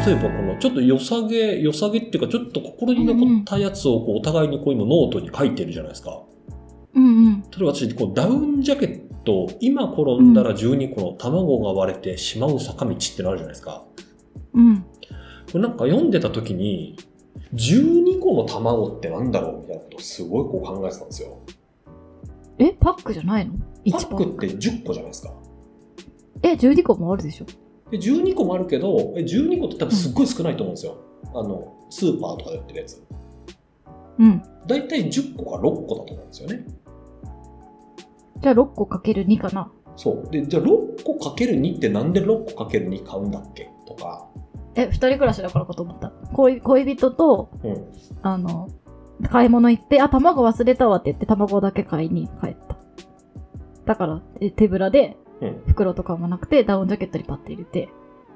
例えばこのちょっと良さげっていうかちょっと心に残ったやつをこうお互いにこう今ノートに書いてるじゃないですか。 うんうん。 例えば私こうダウンジャケット今転んだら12個の卵が割れてしまう坂道ってのあるじゃないですか。 うん。 これなんか読んでた時に12個の卵ってなんだろうみたいなことをすごいこう考えてたんですよ。 パックじゃないの？ パックって10個じゃないですか。 12個もあるでしょ。 12個もあるけど12個って多分すっごい少ないと思うんですよ。スーパーとかで売ってるやつ。 うん。 だいたい10個か6個だと思うんですよね。 じゃあ6個かける2かな。 そうで、じゃあ6個かける2ってなんで6個かける2買うんだっけとか。 2人暮らしだからかと思った。恋人と、買い物行って、卵忘れたわって言って卵だけ買いに帰った。だから、手ぶらで、袋とかもなくて、ダウンジャケットにパッて入れて。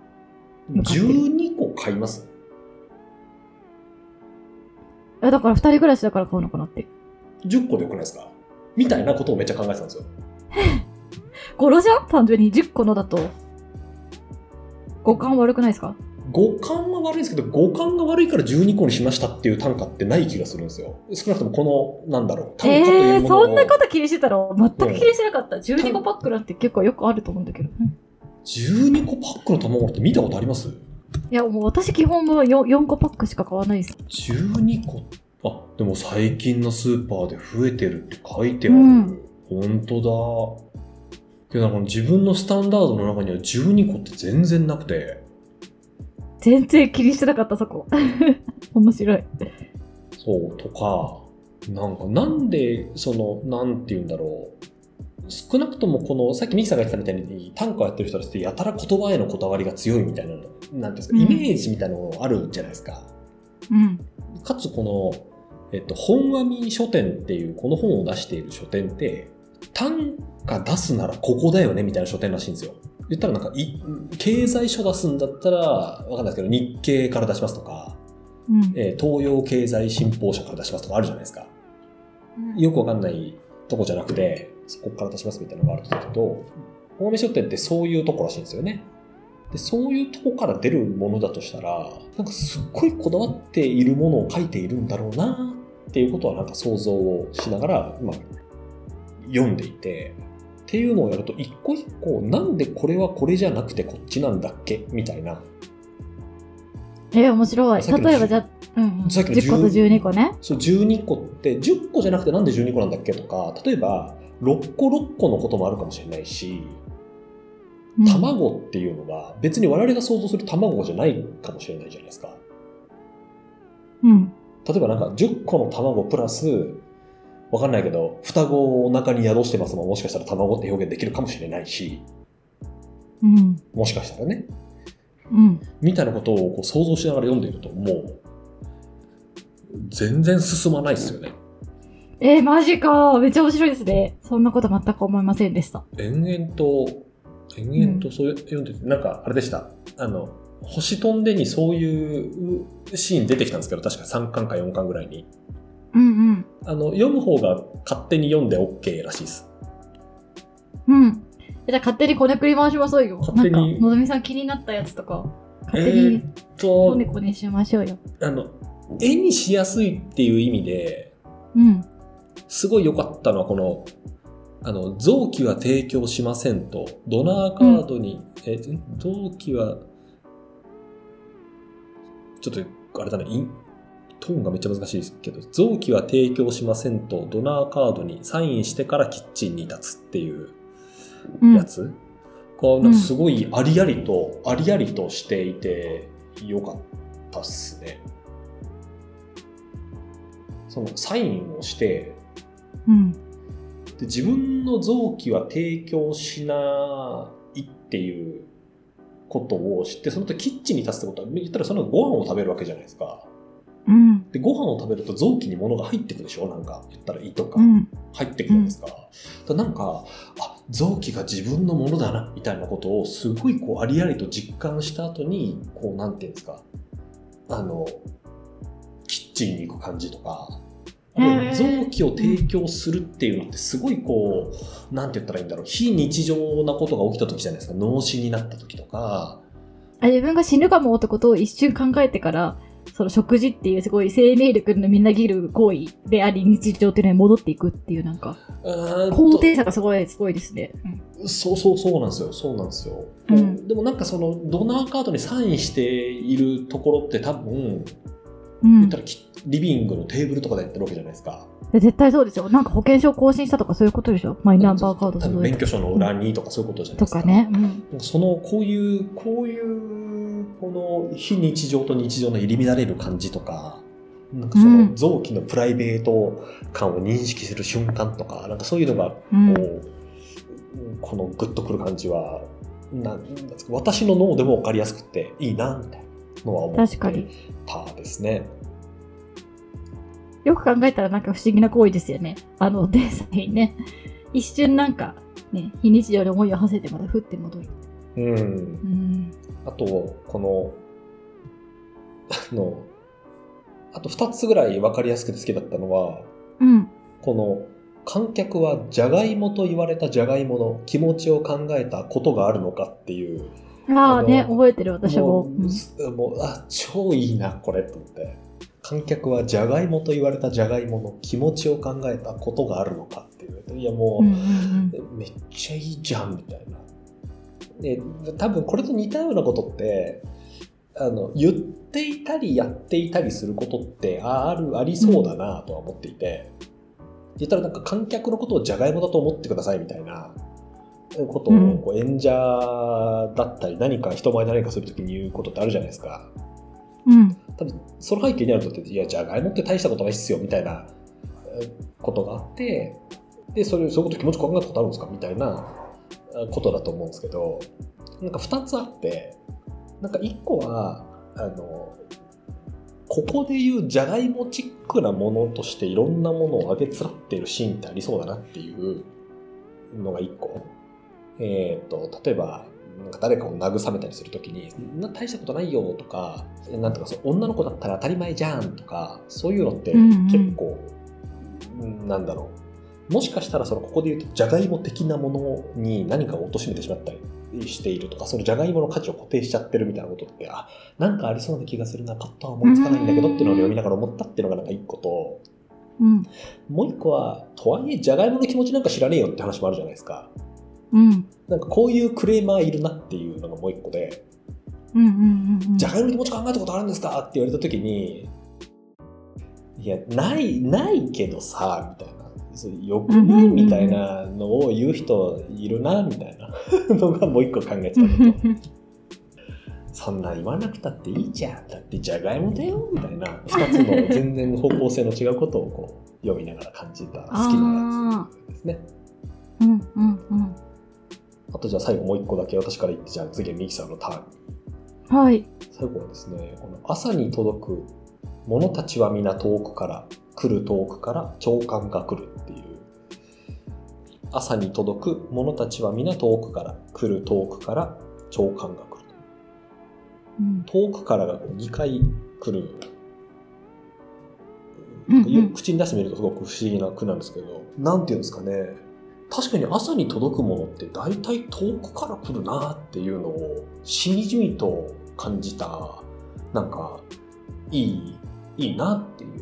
12個買います？ だから2人暮らしだから買うのかなって。 10個でよくないですかみたいなことをめっちゃ考えてたんですよ。 語呂じゃん単純に10個のだと。五感悪くないですか？ 五感は悪いですけど、五感が悪いから12個にしましたっていう単価ってない気がするんですよ。少なくともこの、なんだろう、単価というものを。 そんなこと気にしてたら全く気にしてなかった。12個パックなんて結構よくあると思うんだけど。 12個パックの卵って見たことあります？ いや、もう私基本は 4個パックしか買わないです。 12個？でも最近のスーパーで増えてるって書いてある。本当だ。けどなんか自分のスタンダードの中には12個って全然なくて。 全然気にしてなかった、そこ。面白い。 そうとか、なんでなんて言うんだろう。少なくともこのさっきミキさんが言ってたみたいに短歌をやってる人たちってやたら言葉へのこだわりが強いみたいなの、なんていうんですか、イメージみたいなのあるじゃないですか。かつこの本阿弥書店っていうこの本を出している書店って短歌出すならここだよねみたいな書店らしいんですよ。言ったら経済書出すんだったらわかんないですけど日経から出しますとか、東洋経済新報社から出しますとかあるじゃないですか。よくわかんないとこじゃなくてそこから出しますみたいなのがあるんですけど、本阿弥書店ってそういうとこらしいんですよね。でそういうとこから出るものだとしたらすっごいこだわっているものを書いているんだろうなっていうことは想像をしながら、読んでいてっていうのをやると一個一個なんでこれはこれじゃなくてこっちなんだっけみたいな。 面白い。例えばじゃあ、10個と12個ね。 そう12個って10個じゃなくてなんで12個なんだっけとか、例えば6個6個のこともあるかもしれないし、卵っていうのが別に我々が想像する卵じゃないかもしれないじゃないですか。例えば10個の卵プラスわかんないけど双子をお腹に宿してますももしかしたら卵って表現できるかもしれないし、もしかしたらね、みたいなことをこう想像しながら読んでいるともう全然進まないですよね。 マジか。めっちゃ面白いですね。そんなこと全く思いませんでした。 延々とそう読んでてあれでした。星飛んでにそういうシーン出てきたんですけど、確か3巻か4巻ぐらいに。読む方が勝手に読んで OK らしいです。 じゃあ勝手にこねくり回しましょうよ。のぞみさん気になったやつとか勝手にこねこねしましょうよ。 絵にしやすいっていう意味で、すごい良かったのはこの臓器は提供しませんとドナーカードに、臓器はちょっとあれだね、トーンがめっちゃ難しいですけど、臓器は提供しませんとドナーカードにサインしてからキッチンに立つっていうやつがすごいありありとしていて良かったっすね。そのサインをして、で自分の臓器は提供しないっていうことを知って、その後キッチンに立つってことは言ったらそのご飯を食べるわけじゃないですか。でご飯を食べると臓器に物が入ってくるでしょ。言ったら胃とか入ってくるじゃないですか。臓器が自分のものだなみたいなことをすごいありありと実感した後になんていうんですか、キッチンに行く感じとか、臓器を提供するっていうのってすごいなんて言ったらいいんだろう、非日常なことが起きた時じゃないですか。脳死になった時とか、 自分が死ぬかもってことを一瞬考えてから、その食事っていうすごい生命力のみなぎる行為であり日常っていうのに戻っていくっていうなんか高低差がすごいですね、 そうなんですよ、でもなんかそのドナーカードにサインしているところって多分、言ったらリビングのテーブルとかでやってるわけじゃないですか。 絶対そうですよ。なんか保険証更新したとかそういうことでしょ。マイナンバーカード多分免許証の裏にとかそういうことじゃないですか。 とかね。 そのこういうこの非日常と日常の入り乱れる感じとか、なんかその臓器のプライベート感を認識する瞬間とか、なんかそういうのがこのグッとくる感じは私の脳でも分かりやすくていいなみたいなのは思ってたですね。 よく考えたらなんか不思議な行為ですよね。デザインね。一瞬なんかね、非日常に思いを馳せてまたふって戻る。あとこのあと2つぐらい分かりやすくて好きだったのは、この観客はジャガイモと言われたジャガイモの気持ちを考えたことがあるのかっていう。 覚えてる私も。 超いいなこれと思って。観客はジャガイモと言われたジャガイモの気持ちを考えたことがあるのかっていう。いやもう、めっちゃいいじゃんみたいな。で多分これと似たようなことって言っていたりやっていたりすることってありそうだなとは思っていて、言ったらなんか観客のことをジャガイモだと思ってくださいみたいなことを演者だったり何か人前で何かするときに言うことってあるじゃないですか。多分その背景にあるとって、いやジャガイモって大したことないっすよみたいなことがあって、でそういうこと気持ち考えたことあるんですかみたいなことだと思うんですけど、なんか2つあって、なんか1個はここでいうジャガイモチックなものとしていろんなものを上げつらっているシーンってありそうだなっていうのが1個。例えばなんか誰かを慰めたりするときに大したことないよとか、なんとか女の子だったら当たり前じゃんとか、そういうのって結構、なんだろう、もしかしたらここで言うとジャガイモ的なものに何かを貶めてしまったりしているとか、そのジャガイモの価値を固定しちゃってるみたいなことって、なんかありそうな気がするな、パッとは思いつかないんだけどっていうのを読みながら思ったっていうのがなんか一個と、もう一個はとはいえジャガイモの気持ちなんか知らねえよって話もあるじゃないですか。なんかこういうクレーマーいるなっていうのがもう一個で、ジャガイモの気持ち考えたことあるんですかって言われた時に、いやないけどさみたいな、よくないみたいなのを言う人いるなみたいなのがもう一個考えてたのとそんな言わなくたっていいじゃん、だってジャガイモだよみたいな2つの全然方向性の違うことをこう読みながら感じた好きなやつですね。あとじゃあ最後もう一個だけ私から言って、じゃあ次はミキさんのターン。 はい。 最後はですね、この朝に届く者たちは皆遠くから来る、遠くから長官が来るっていう。朝に届く者たちは皆遠くから来る、遠くから長官が来る。遠くからが2回来る。口に出してみるとすごく不思議な句なんですけど、なんていうんですかね。確かに朝に届くものって大体遠くから来るなっていうのをしみじみと感じた、なんかいいなっていう。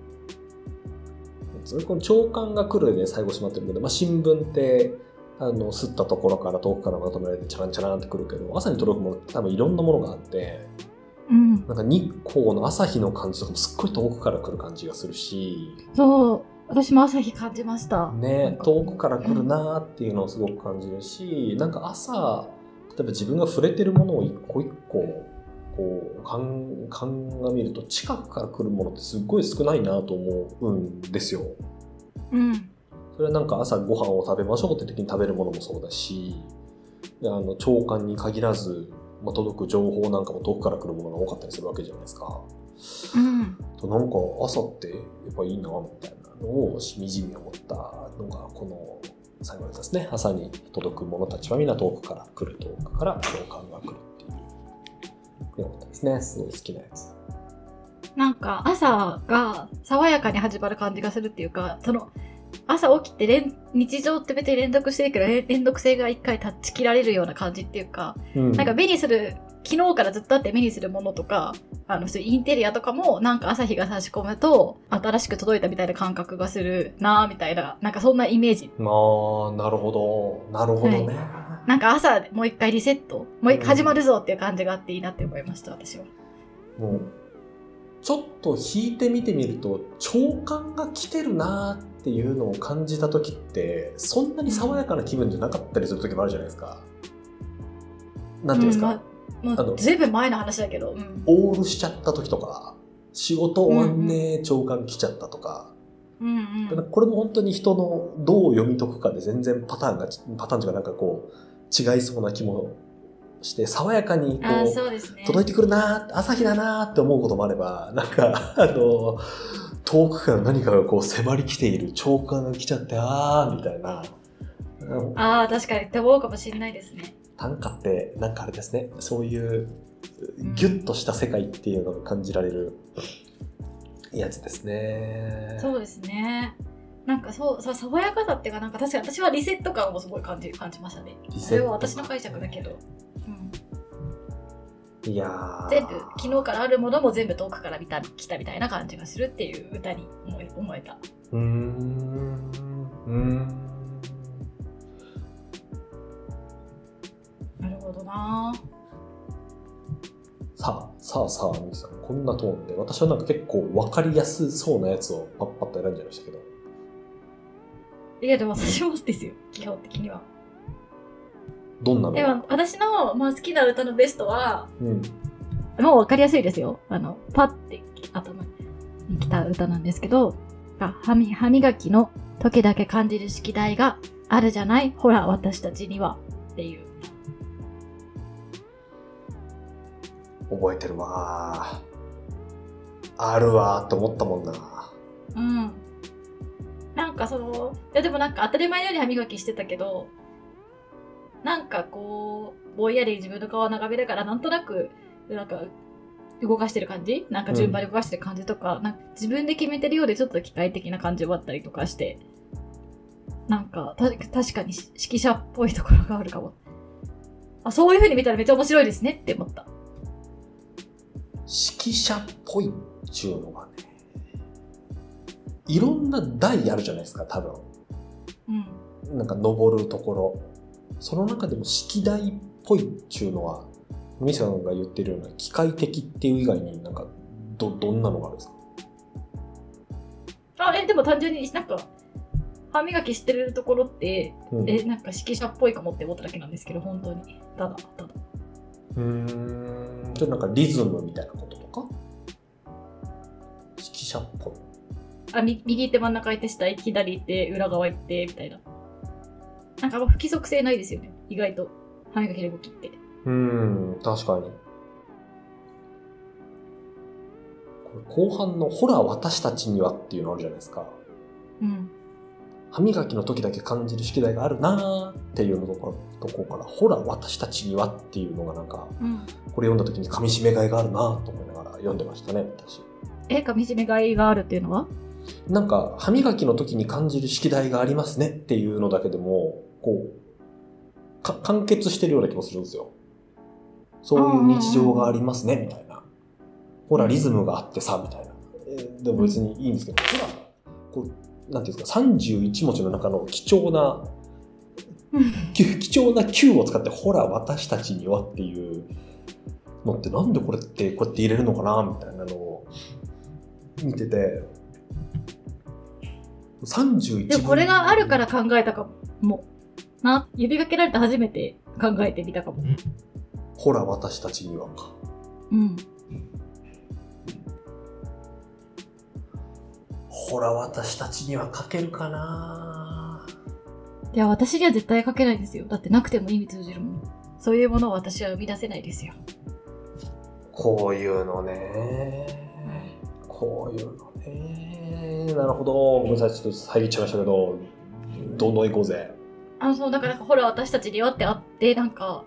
この長官が来るで最後閉まってるけど、新聞って吸ったところから遠くからまとめられてチャランチャランってくるけど、朝に届くものって多分いろんなものがあって、なんか日光の朝日の感じとかもすっごい遠くから来る感じがするし、 そう私も朝日感じましたね。遠くから来るなっていうのをすごく感じるし、なんか朝例えば自分が触れてるものを一個一個こう鑑みると近くから来るものってすっごい少ないなと思うんですよ。それはなんか朝ご飯を食べましょうって時に食べるものもそうだし、長官に限らず、届く情報なんかも遠くから来るものが多かったりするわけじゃないですか。なんか朝ってやっぱいいなみたいなのをしみじみ思ったのがこの最後ですね。朝に届く者たちは皆遠くから来る、遠くから長官が来るっていうよかったですね。すごい好きなやつ。 なんか朝が爽やかに始まる感じがするっていうか、朝起きて日常って別に連続してるけど連続性が一回断ち切られるような感じっていうか、なんか目にする昨日からずっとあって目にするものとか、普通インテリアとかもなんか朝日が差し込むと新しく届いたみたいな感覚がするなぁみたいな、なんかそんなイメージ。 なるほど。なるほどね。 はい、なんか朝もう一回リセット、もう一回始まるぞっていう感じがあっていいなって思いました、私は。 もう、ちょっと引いてみてみると、長官が来てるなーっていうのを感じた時って、そんなに爽やかな気分じゃなかったりする時もあるじゃないですか。なんていうんですか、 ずいぶん前の話だけど、 オールしちゃった時とか、仕事終わんねー、長官来ちゃったとか、これも本当に人のどう読み解くかで全然パターンというかなんかこう違いそうな気もして爽やかにこう、 そうですね、 届いてくるなー、朝日だなーって思うこともあれば、なんか遠くから何かがこう迫り来ている、長官が来ちゃってみたいな。 確かにって思うかもしれないですね。 短歌ってなんかあれですね、そういうギュッとした世界っていうのが感じられるやつですね。 そうですね。なんか爽やかさっていうか、なんか確かに私はリセット感をすごい感じましたね。それは私の解釈だけど。 いや全部昨日からあるものも全部遠くから来たみたいな感じがするっていう歌に思えた。なるほどな。 さあ、ミキさん、こんなトーンで、私はなんか結構分かりやすそうなやつをパッパッと選んじゃいましたけど。 いや、でも私もですよ、基本的には。 どんなの？ でも私の、好きな歌のベストは、もう分かりやすいですよ。パッて頭に来た歌なんですけど、歯磨きの時だけ感じる色台があるじゃない、ほら私たちにはっていう。 覚えてるわ。あるわーって思ったもんな。 なんかでもなんか当たり前のように歯磨きしてたけど、なんかこうぼんやり自分の顔を眺めながらなんとなくなんか動かしてる感じ、なんか順番に動かしてる感じとか、なんか自分で決めてるようでちょっと機械的な感じもあったりとかして、なんか確かに指揮者っぽいところがあるかも。そういう風に見たらめっちゃ面白いですねって思った。 指揮者っぽいっちゅうのがね、いろんな台あるじゃないですか、多分。なんか登るところ。その中でも式台っぽいっちゅうのは、ミさんが言ってるような機械的っていう以外になんかどんなのがあるんですか？ でも単純になんか歯磨きしてるところって、なんか指揮者っぽいかもって思っただけなんですけど、本当にただ。 じゃあなんかリズムみたいなこととか？指揮者っぽい。 右行って真ん中行って下行って左行って裏側行ってみたいな。なんか不規則性ないですよね、意外と歯磨きの動きって。 確かに。これ後半のほら私たちにはっていうのあるじゃないですか。歯磨きの時だけ感じる色台があるなーっていうのとこからほら私たちにはっていうのがなんか、これ読んだ時に噛み締めがいがあるなと思いながら読んでましたね、私。 噛み締めがいがあるっていうのは？ なんか歯磨きの時に感じる色台がありますねっていうのだけでもこう完結してるような気もするんですよ。そういう日常がありますねみたいな。ほらリズムがあってさみたいな。でも別にいいんですけど、ほらこうなんていうんですか、31文字の中の貴重な Q を使ってほら私たちにはっていうのってなんでこれってこうやって入れるのかなみたいなのを見てて、31 でもこれがあるから考えたかもな。呼びかけられて初めて考えてみたかも。 ほら私たちにはか。ほら私たちには書けるかな。 いや、私には絶対書けないですよ。だってなくても意味通じるもん。そういうものを私は生み出せないですよ。 こういうのね。なるほど。ごめんなさい、ちょっと遮っちゃいましたけど、どんどん行こうぜ。 だからほら私たちにはってあって、なんか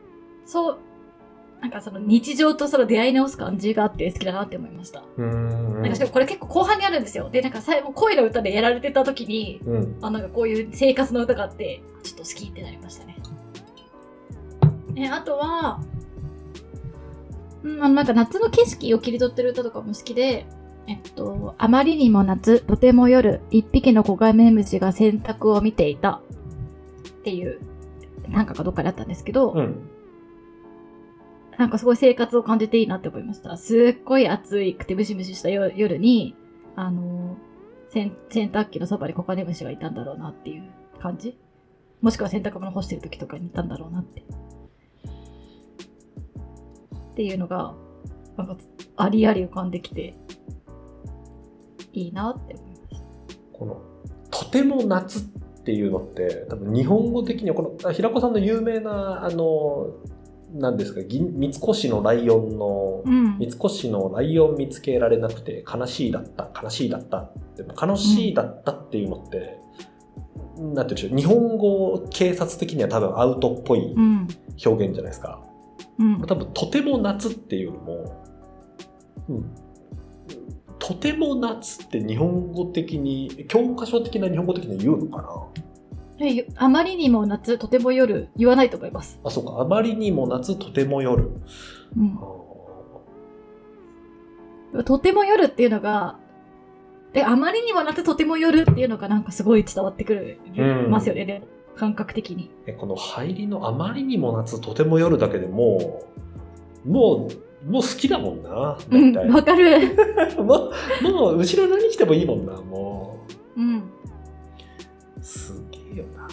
その日常とその出会い直す感じがあって好きだなって思いました。なんかしかもこれ結構後半にあるんですよ。で、なんか最後恋の歌でやられてた時に、なんかこういう生活の歌があってちょっと好きってなりましたね。あとはなんか夏の景色を切り取ってる歌とかも好きで、あまりにも夏、とても夜、一匹のコガメムシが洗濯を見ていたっていう短歌がどっかであったんですけど、なんかすごい生活を感じていいなって思いました。すっごい暑くてムシムシした夜に、洗濯機のそばにコガネムシがいたんだろうなっていう感じ。もしくは洗濯物干してる時とかにいたんだろうなって。っていうのが、なんかありあり浮かんできて、いいなって思いました。 このとても夏っていうのって多分日本語的にはこの平子さんの有名な何ですか、三越のライオンの、三越のライオン見つけられなくて悲しいだったでも悲しいだったっていうのって、なんていうんでしょう、日本語警察的には多分アウトっぽい表現じゃないですか。多分とても夏っていうのも、とても夏って日本語的に教科書的な日本語的に言うのかな。 あまりにも夏、とても夜、言わないと思います。 そうか、あまりにも夏、とても夜。 とても夜っていうのが、あまりにも夏、とても夜っていうのがなんかすごい伝わってくる、ますよね、感覚的に。この入りのあまりにも夏、とても夜だけでもう好きだもんな。 わかる。 もう後ろ何着てもいいもんな、もう。すげえよな。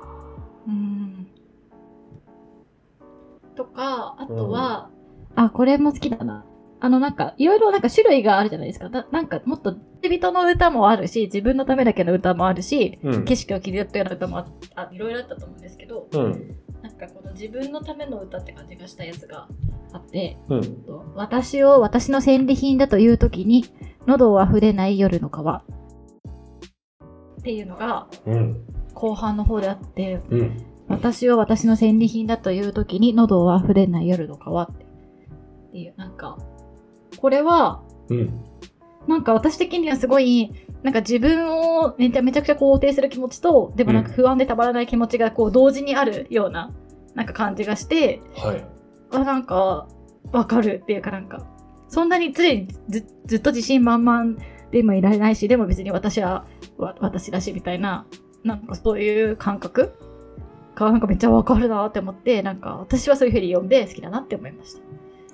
とか、あとは、これも好きだな。なんか、いろいろなんか種類があるじゃないですか。なんか、もっと、人の歌もあるし、自分のためだけの歌もあるし、景色を切り取ったような歌もいろいろあったと思うんですけど、なんかこの自分のための歌って感じがしたやつがあって、私を私の戦利品だという時に、喉を溢れない夜の川っていうのが、後半の方であって、私を私の戦利品だという時に喉を溢れない夜の川っていう、なんか、これは、なんか私的にはすごい、なんか自分をめちゃくちゃ肯定する気持ちと、でもなんか不安でたまらない気持ちがこう同時にあるような、なんか感じがして、なんか、わかるっていうかなんか、そんなに常にずっと自信満々でもいられないし、でも別に私は私だしみたいな、なんかそういう感覚がなんかめっちゃわかるなって思って、なんか私はそういう風に読んで好きだなって思いました。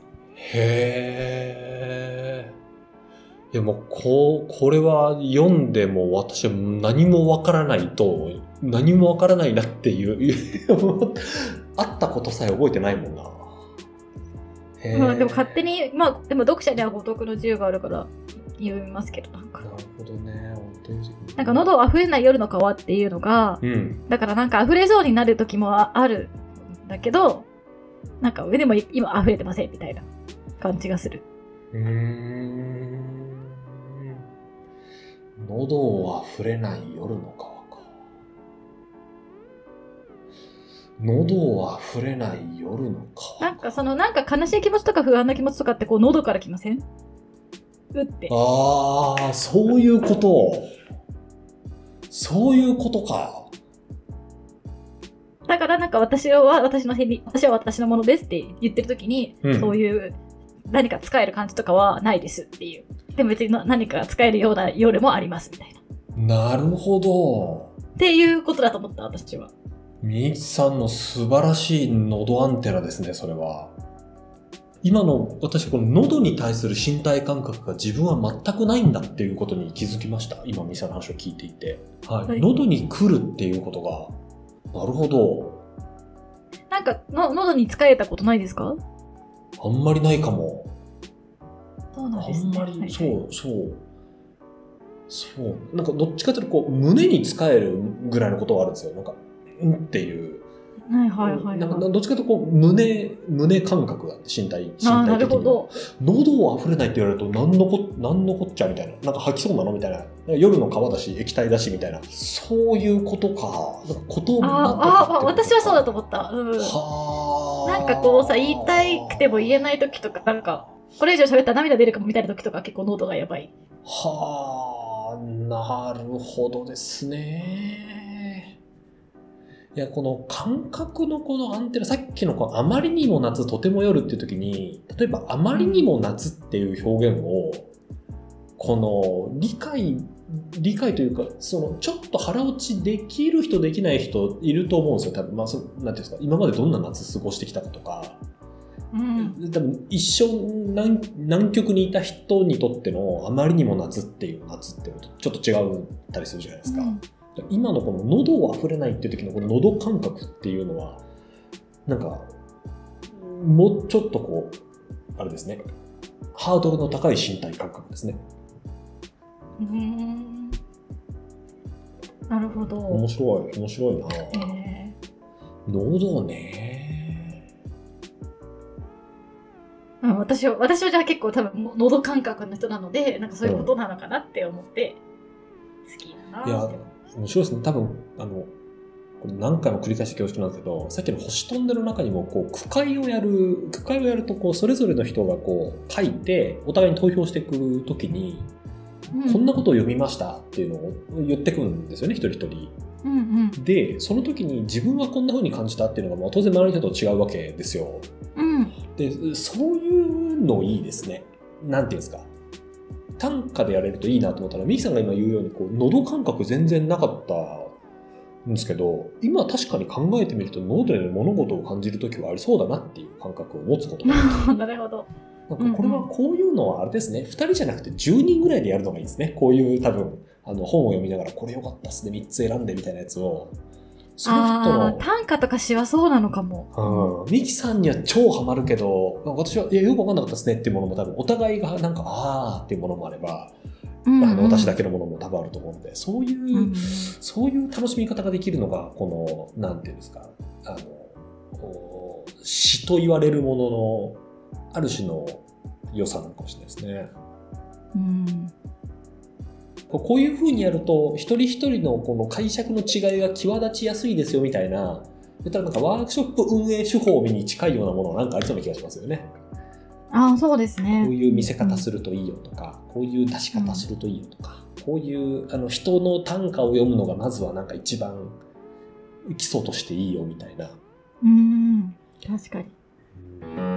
へー。いやもうこれは読んでも私は何もわからないなっていうあったことさえ覚えてないもんな。 でも勝手にでも読者には語読の自由があるから読みますけど、なんか。 なるほどね。本当に。 なんか喉溢れない夜の川っていうのが、だからなんか溢れそうになる時もあるんだけど、なんかでも今溢れてませんみたいな感じがする。 喉を溢れない夜の川か。喉を溢れない夜の川。 なんかなんか悲しい気持ちとか不安な気持ちとかってこう喉からきません？うって。 そういうこと。そういうことか。 だからなんか私は私のものですって言ってる時に、そういう何か使える感じとかはないですっていう。でも別に何か使えるような夜もありますみたいな。なるほど。 っていうことだと思った、私は。 みきさんの素晴らしい喉アンテナですね、それは。今の私、この喉に対する身体感覚が自分は全くないんだっていうことに気づきました。今、みきさんの話を聞いていて。喉に来るっていうことが、なるほど。 なんか喉に使えたことないですか？ あんまりないかも。 そうなんですね。 あんまり、そう。なんかどっちかというとこう胸に使えるぐらいのことはあるんですよ。なんかっていう。なんかどっちかというとこう胸感覚があって身体的に。 なるほど。 喉を溢れないって言われると何のこっちゃみたいな。なんか吐きそうなのみたいな。夜の川だし液体だしみたいな。そういうことか。なんか言葉私はそうだと思った。なんかこうさ、言いたくても言えない時とか、なんかこれ以上喋ったら涙出るかもみたいな時とか結構喉がやばい。 なるほどですね。 いや、この感覚のこのアンテナ、さっきのあまりにも夏とても夜っていう時に、例えばあまりにも夏っていう表現を、この理解というか、そのちょっと腹落ちできる人できない人いると思うんですよ。多分なんていうんですか、今までどんな夏過ごしてきたかとか、多分一生南極にいた人にとってのあまりにも夏っていう夏ってちょっと違ったりするじゃないですか。今のこの喉を溢れないっていう時のこの喉感覚っていうのはなんかもうちょっとこうあれですね、ハードルの高い身体感覚ですね。 なるほど。 面白いな。喉ね。 私はじゃあ結構多分喉感覚の人なので、なんかそういうことなのかなって思って好きだなって。いや面白いですね。多分これ何回も繰り返して恐縮なんですけど、さっきの星飛んでる中にもこう区会をやるとこうそれぞれの人がこう書いてお互いに投票していくときに、こんなことを読みましたっていうのを言ってくるんですよね、一人一人。でその時に自分はこんな風に感じたっていうのが、当然周りの人と違うわけですよ。でそういうのいいですね。なんていうんですか、短歌でやれるといいなと思ったら、ミキさんが今言うようにこう喉感覚全然なかったんですけど、今確かに考えてみると喉で物事を感じるときはありそうだなっていう感覚を持つことがなるほど。 なんかこれはこういうのはあれですね、2人じゃなくて10人ぐらいでやるのがいいですね。こういう多分本を読みながらこれ良かったっすね、3つ選んでみたいなやつを、その人の短歌とか詩はそうなのかも。 ミキさんには超ハマるけど、私はいやよく分かんなかったですねっていうものも多分お互いがなんかあーっていうものもあれば、私だけのものも多分あると思うので、そういう楽しみ方ができるのがこのなんていうんですか、詩と言われるもののある種の良さなのかもしれないですね。こういう風にやると一人一人のこの解釈の違いが際立ちやすいですよみたいな、なんかワークショップ運営手法に近いようなものがなんかありそうな気がしますよね。 そうですね。 こういう見せ方するといいよとか、こういう出し方するといいよとか、こういう人の短歌を読むのがまずはなんか一番基礎としていいよみたいな。 確かに。